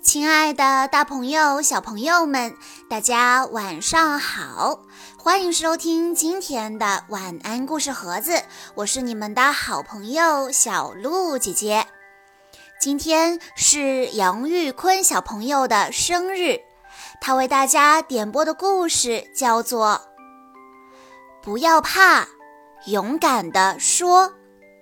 亲爱的大朋友小朋友们，大家晚上好，欢迎收听今天的晚安故事盒子，我是你们的好朋友小鹿姐姐。今天是杨玉坤小朋友的生日，他为大家点播的故事叫做不要怕，勇敢地说。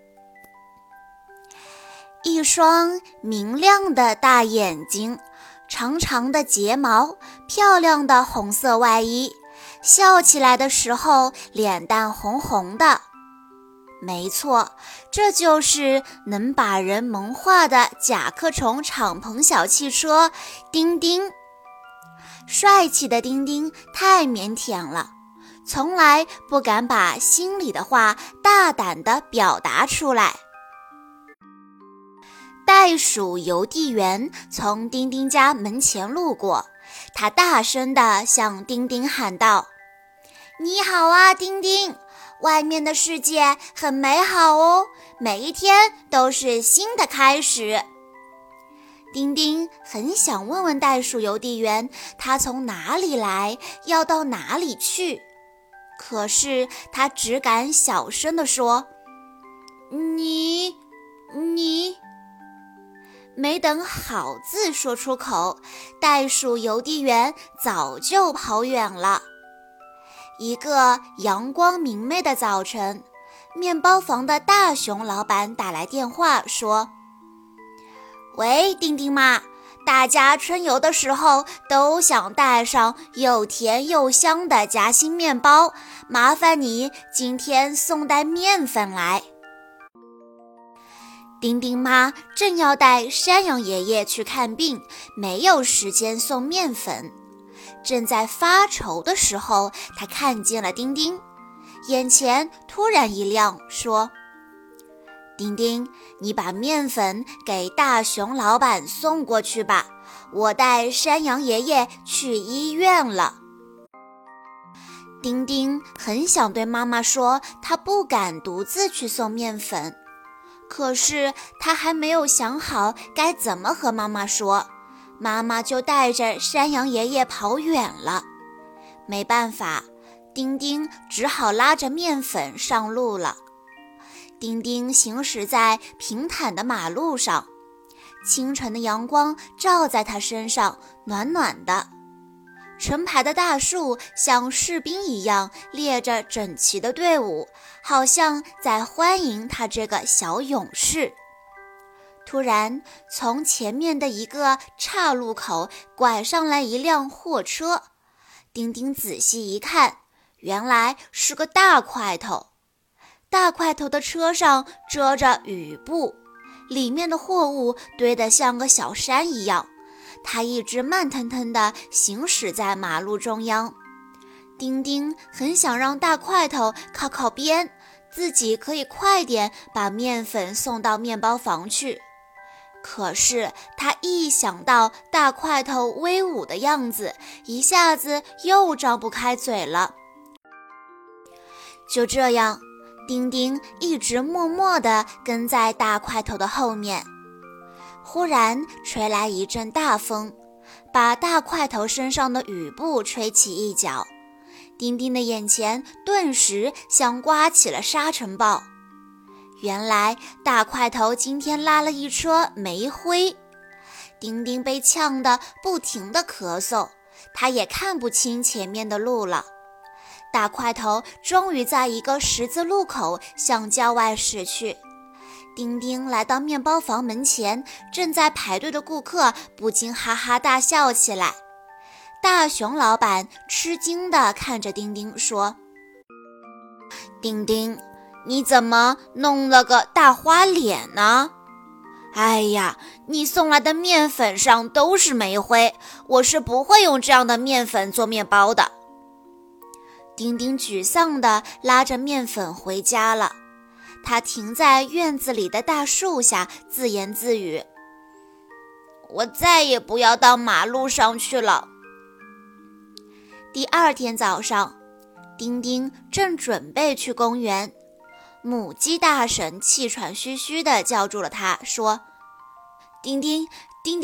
一双明亮的大眼睛，长长的睫毛，漂亮的红色外衣，笑起来的时候脸蛋红红的。没错，这就是能把人萌化的甲壳虫敞篷小汽车丁丁。帅气的丁丁太腼腆了，从来不敢把心里的话大胆地表达出来。袋鼠邮递员从丁丁家门前路过，他大声地向丁丁喊道：你好啊，丁丁，外面的世界很美好哦，每一天都是新的开始。丁丁很想问问袋鼠邮递员，他从哪里来，要到哪里去，可是他只敢小声地说：你没等好字说出口，袋鼠邮递员早就跑远了。一个阳光明媚的早晨，面包房的大熊老板打来电话说：喂，丁丁妈，大家春游的时候都想带上又甜又香的夹心面包，麻烦你今天送袋面粉来。丁丁妈正要带山羊爷爷去看病，没有时间送面粉。正在发愁的时候，她看见了丁丁，眼前突然一亮，说：丁丁，你把面粉给大熊老板送过去吧，我带山羊爷爷去医院了。丁丁很想对妈妈说，他不敢独自去送面粉，可是他还没有想好该怎么和妈妈说，妈妈就带着山羊爷爷跑远了。没办法，丁丁只好拉着面粉上路了。丁丁行驶在平坦的马路上，清晨的阳光照在他身上，暖暖的。成排的大树像士兵一样列着整齐的队伍，好像在欢迎他这个小勇士。突然，从前面的一个岔路口拐上来一辆货车，丁丁仔细一看，原来是个大块头。大块头的车上遮着雨布，里面的货物堆得像个小山一样。他一直慢腾腾地行驶在马路中央。丁丁很想让大块头靠靠边，自己可以快点把面粉送到面包房去。可是他一想到大块头威武的样子，一下子又张不开嘴了。就这样，丁丁一直默默地跟在大块头的后面。忽然吹来一阵大风，把大块头身上的雨布吹起一角，丁丁的眼前顿时像刮起了沙尘暴。原来大块头今天拉了一车煤灰。丁丁被呛得不停地咳嗽，他也看不清前面的路了。大块头终于在一个十字路口向郊外驶去。丁丁来到面包房门前，正在排队的顾客不禁哈哈大笑起来。大熊老板吃惊地看着丁丁说：丁丁，你怎么弄了个大花脸呢？哎呀，你送来的面粉上都是煤灰，我是不会用这样的面粉做面包的。丁丁沮丧地拉着面粉回家了。他停在院子里的大树下，自言自语：我再也不要到马路上去了。第二天早上，丁丁正准备去公园，母鸡大婶气喘吁吁地叫住了他，说：丁丁，丁丁，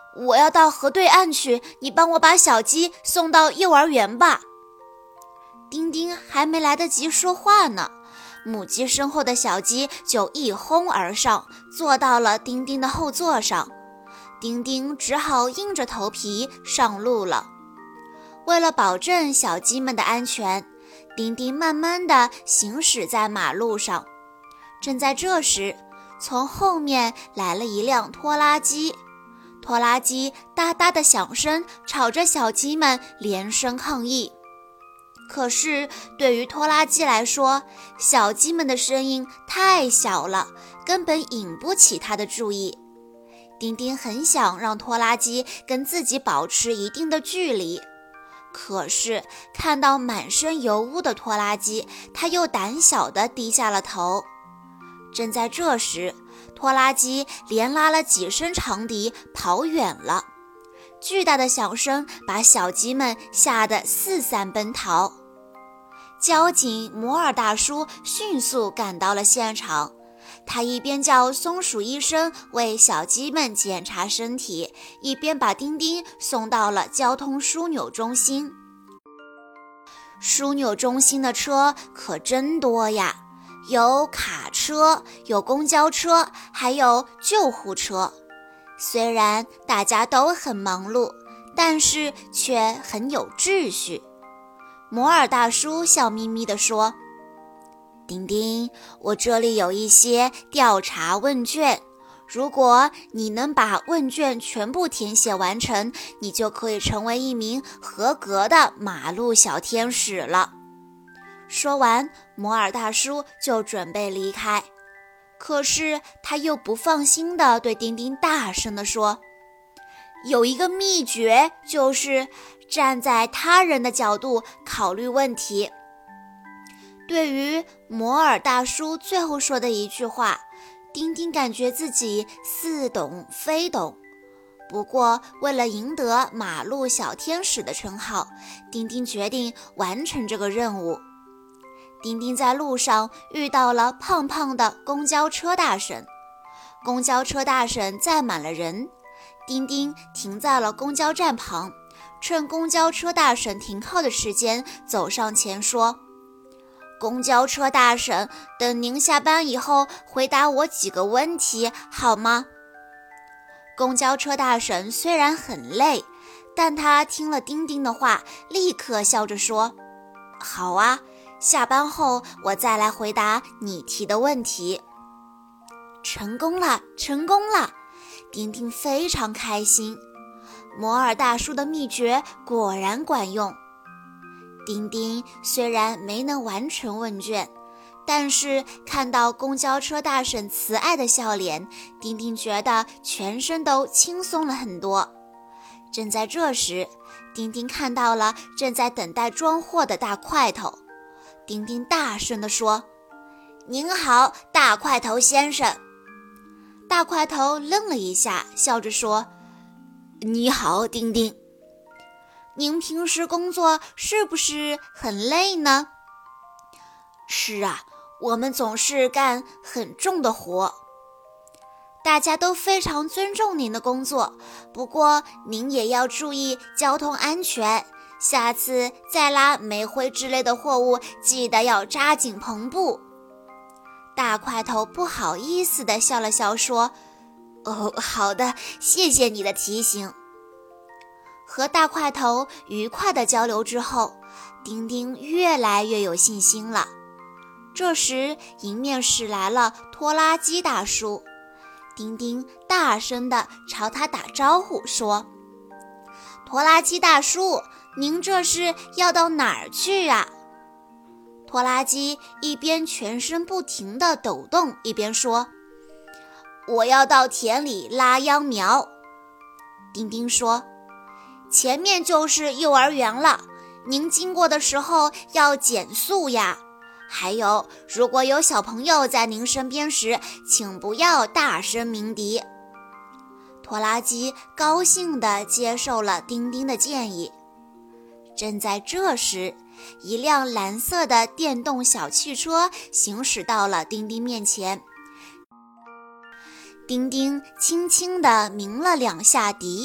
我要到河对岸去，你帮我把小鸡送到幼儿园吧。丁丁还没来得及说话呢，母鸡身后的小鸡就一哄而上，坐到了丁丁的后座上。丁丁只好硬着头皮上路了。为了保证小鸡们的安全，丁丁慢慢地行驶在马路上。正在这时，从后面来了一辆拖拉机，拖拉机哒哒的响声吵着小鸡们连声抗议。可是对于拖拉机来说，小鸡们的声音太小了，根本引不起它的注意。丁丁很想让拖拉机跟自己保持一定的距离，可是看到满身油污的拖拉机，他又胆小地低下了头。正在这时，拖拉机连拉了几声长笛跑远了，巨大的响声把小鸡们吓得四散奔逃。交警摩尔大叔迅速赶到了现场，他一边叫松鼠医生为小鸡们检查身体，一边把丁丁送到了交通枢纽中心。枢纽中心的车可真多呀，有卡车，有公交车，还有救护车。虽然大家都很忙碌，但是却很有秩序。摩尔大叔笑眯眯地说：丁丁，我这里有一些调查问卷，如果你能把问卷全部填写完成，你就可以成为一名合格的马路小天使了。说完，摩尔大叔就准备离开，可是他又不放心地对丁丁大声地说：有一个秘诀，就是站在他人的角度考虑问题。对于摩尔大叔最后说的一句话，丁丁感觉自己似懂非懂。不过为了赢得马路小天使的称号，丁丁决定完成这个任务。丁丁在路上遇到了胖胖的公交车大婶，公交车大婶载满了人。丁丁停在了公交站旁，趁公交车大婶停靠的时间走上前说：公交车大婶，等您下班以后回答我几个问题好吗？公交车大婶虽然很累，但她听了丁丁的话，立刻笑着说：好啊，下班后我再来回答你提的问题。成功了，成功了！丁丁非常开心，摩尔大叔的秘诀果然管用。丁丁虽然没能完成问卷，但是看到公交车大婶慈爱的笑脸，丁丁觉得全身都轻松了很多。正在这时，丁丁看到了正在等待装货的大块头。丁丁大声地说：您好，大块头先生。大块头愣了一下，笑着说：你好，丁丁。您平时工作是不是很累呢？是啊，我们总是干很重的活。大家都非常尊重您的工作，不过您也要注意交通安全，下次再拉煤灰之类的货物，记得要扎紧篷布。大块头不好意思地笑了笑说：哦，好的，谢谢你的提醒。和大块头愉快地交流之后，丁丁越来越有信心了。这时迎面驶来了拖拉机大叔，丁丁大声地朝他打招呼说：拖拉机大叔，您这是要到哪儿去啊？拖拉机一边全身不停地抖动，一边说：我要到田里拉秧苗。丁丁说：前面就是幼儿园了，您经过的时候要减速呀。还有，如果有小朋友在您身边时，请不要大声鸣笛。拖拉机高兴地接受了丁丁的建议。正在这时，一辆蓝色的电动小汽车行驶到了丁丁面前。丁丁轻轻地鸣了2下笛，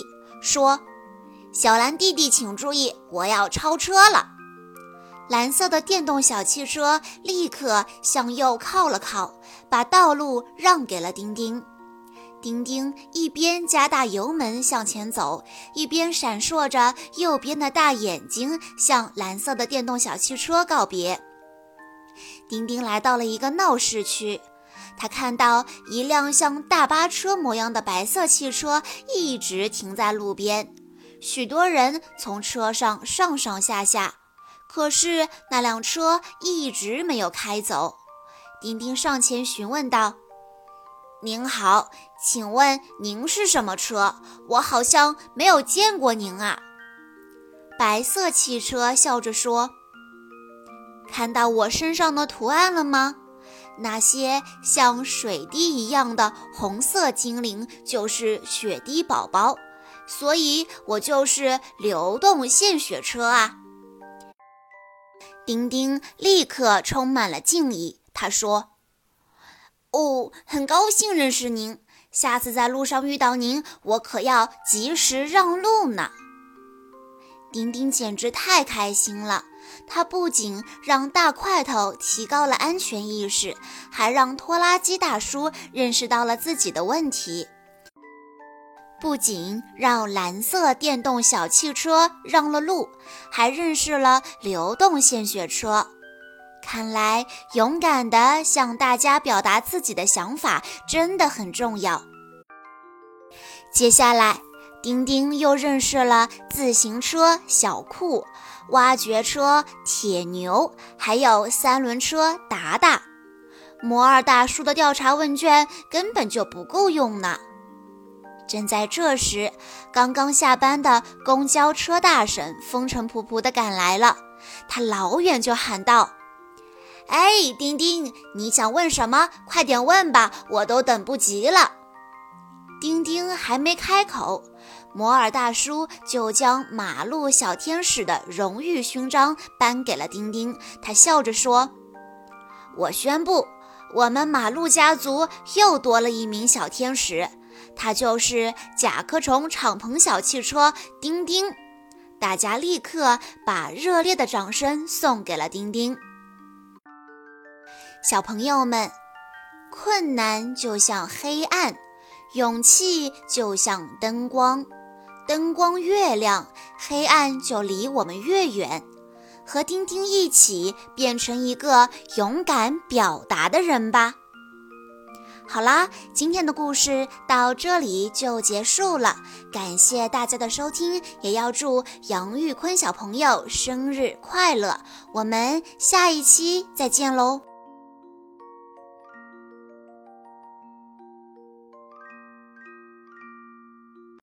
说：“小蓝弟弟请注意，我要超车了。”蓝色的电动小汽车立刻向右靠了靠，把道路让给了丁丁。丁丁一边加大油门向前走，一边闪烁着右边的大眼睛，向蓝色的电动小汽车告别。丁丁来到了一个闹市区，他看到一辆像大巴车模样的白色汽车一直停在路边，许多人从车上上上下下，可是那辆车一直没有开走。丁丁上前询问道：“您好，请问您是什么车？我好像没有见过您啊。”白色汽车笑着说：“看到我身上的图案了吗？那些像水滴一样的红色精灵就是雪滴宝宝，所以我就是流动献血车啊。”丁丁立刻充满了敬意，他说：“哦，很高兴认识您，下次在路上遇到您，我可要及时让路呢。”丁丁简直太开心了，他不仅让大块头提高了安全意识，还让拖拉机大叔认识到了自己的问题。不仅让蓝色电动小汽车让了路，还认识了流动献血车。看来勇敢地向大家表达自己的想法真的很重要。接下来，丁丁又认识了自行车小酷、挖掘车铁牛，还有三轮车达达。摩尔大叔的调查问卷根本就不够用呢。正在这时，刚刚下班的公交车大婶风尘仆仆地赶来了，他老远就喊道：“哎，丁丁，你想问什么？快点问吧，我都等不及了。”丁丁还没开口，摩尔大叔就将马路小天使的荣誉勋章颁给了丁丁。他笑着说：“我宣布，我们马路家族又多了一名小天使，他就是甲壳虫敞篷小汽车丁丁。”大家立刻把热烈的掌声送给了丁丁。小朋友们，困难就像黑暗，勇气就像灯光，灯光越亮，黑暗就离我们越远。和丁丁一起变成一个勇敢表达的人吧。好啦，今天的故事到这里就结束了，感谢大家的收听，也要祝杨玉坤小朋友生日快乐，我们下一期再见喽。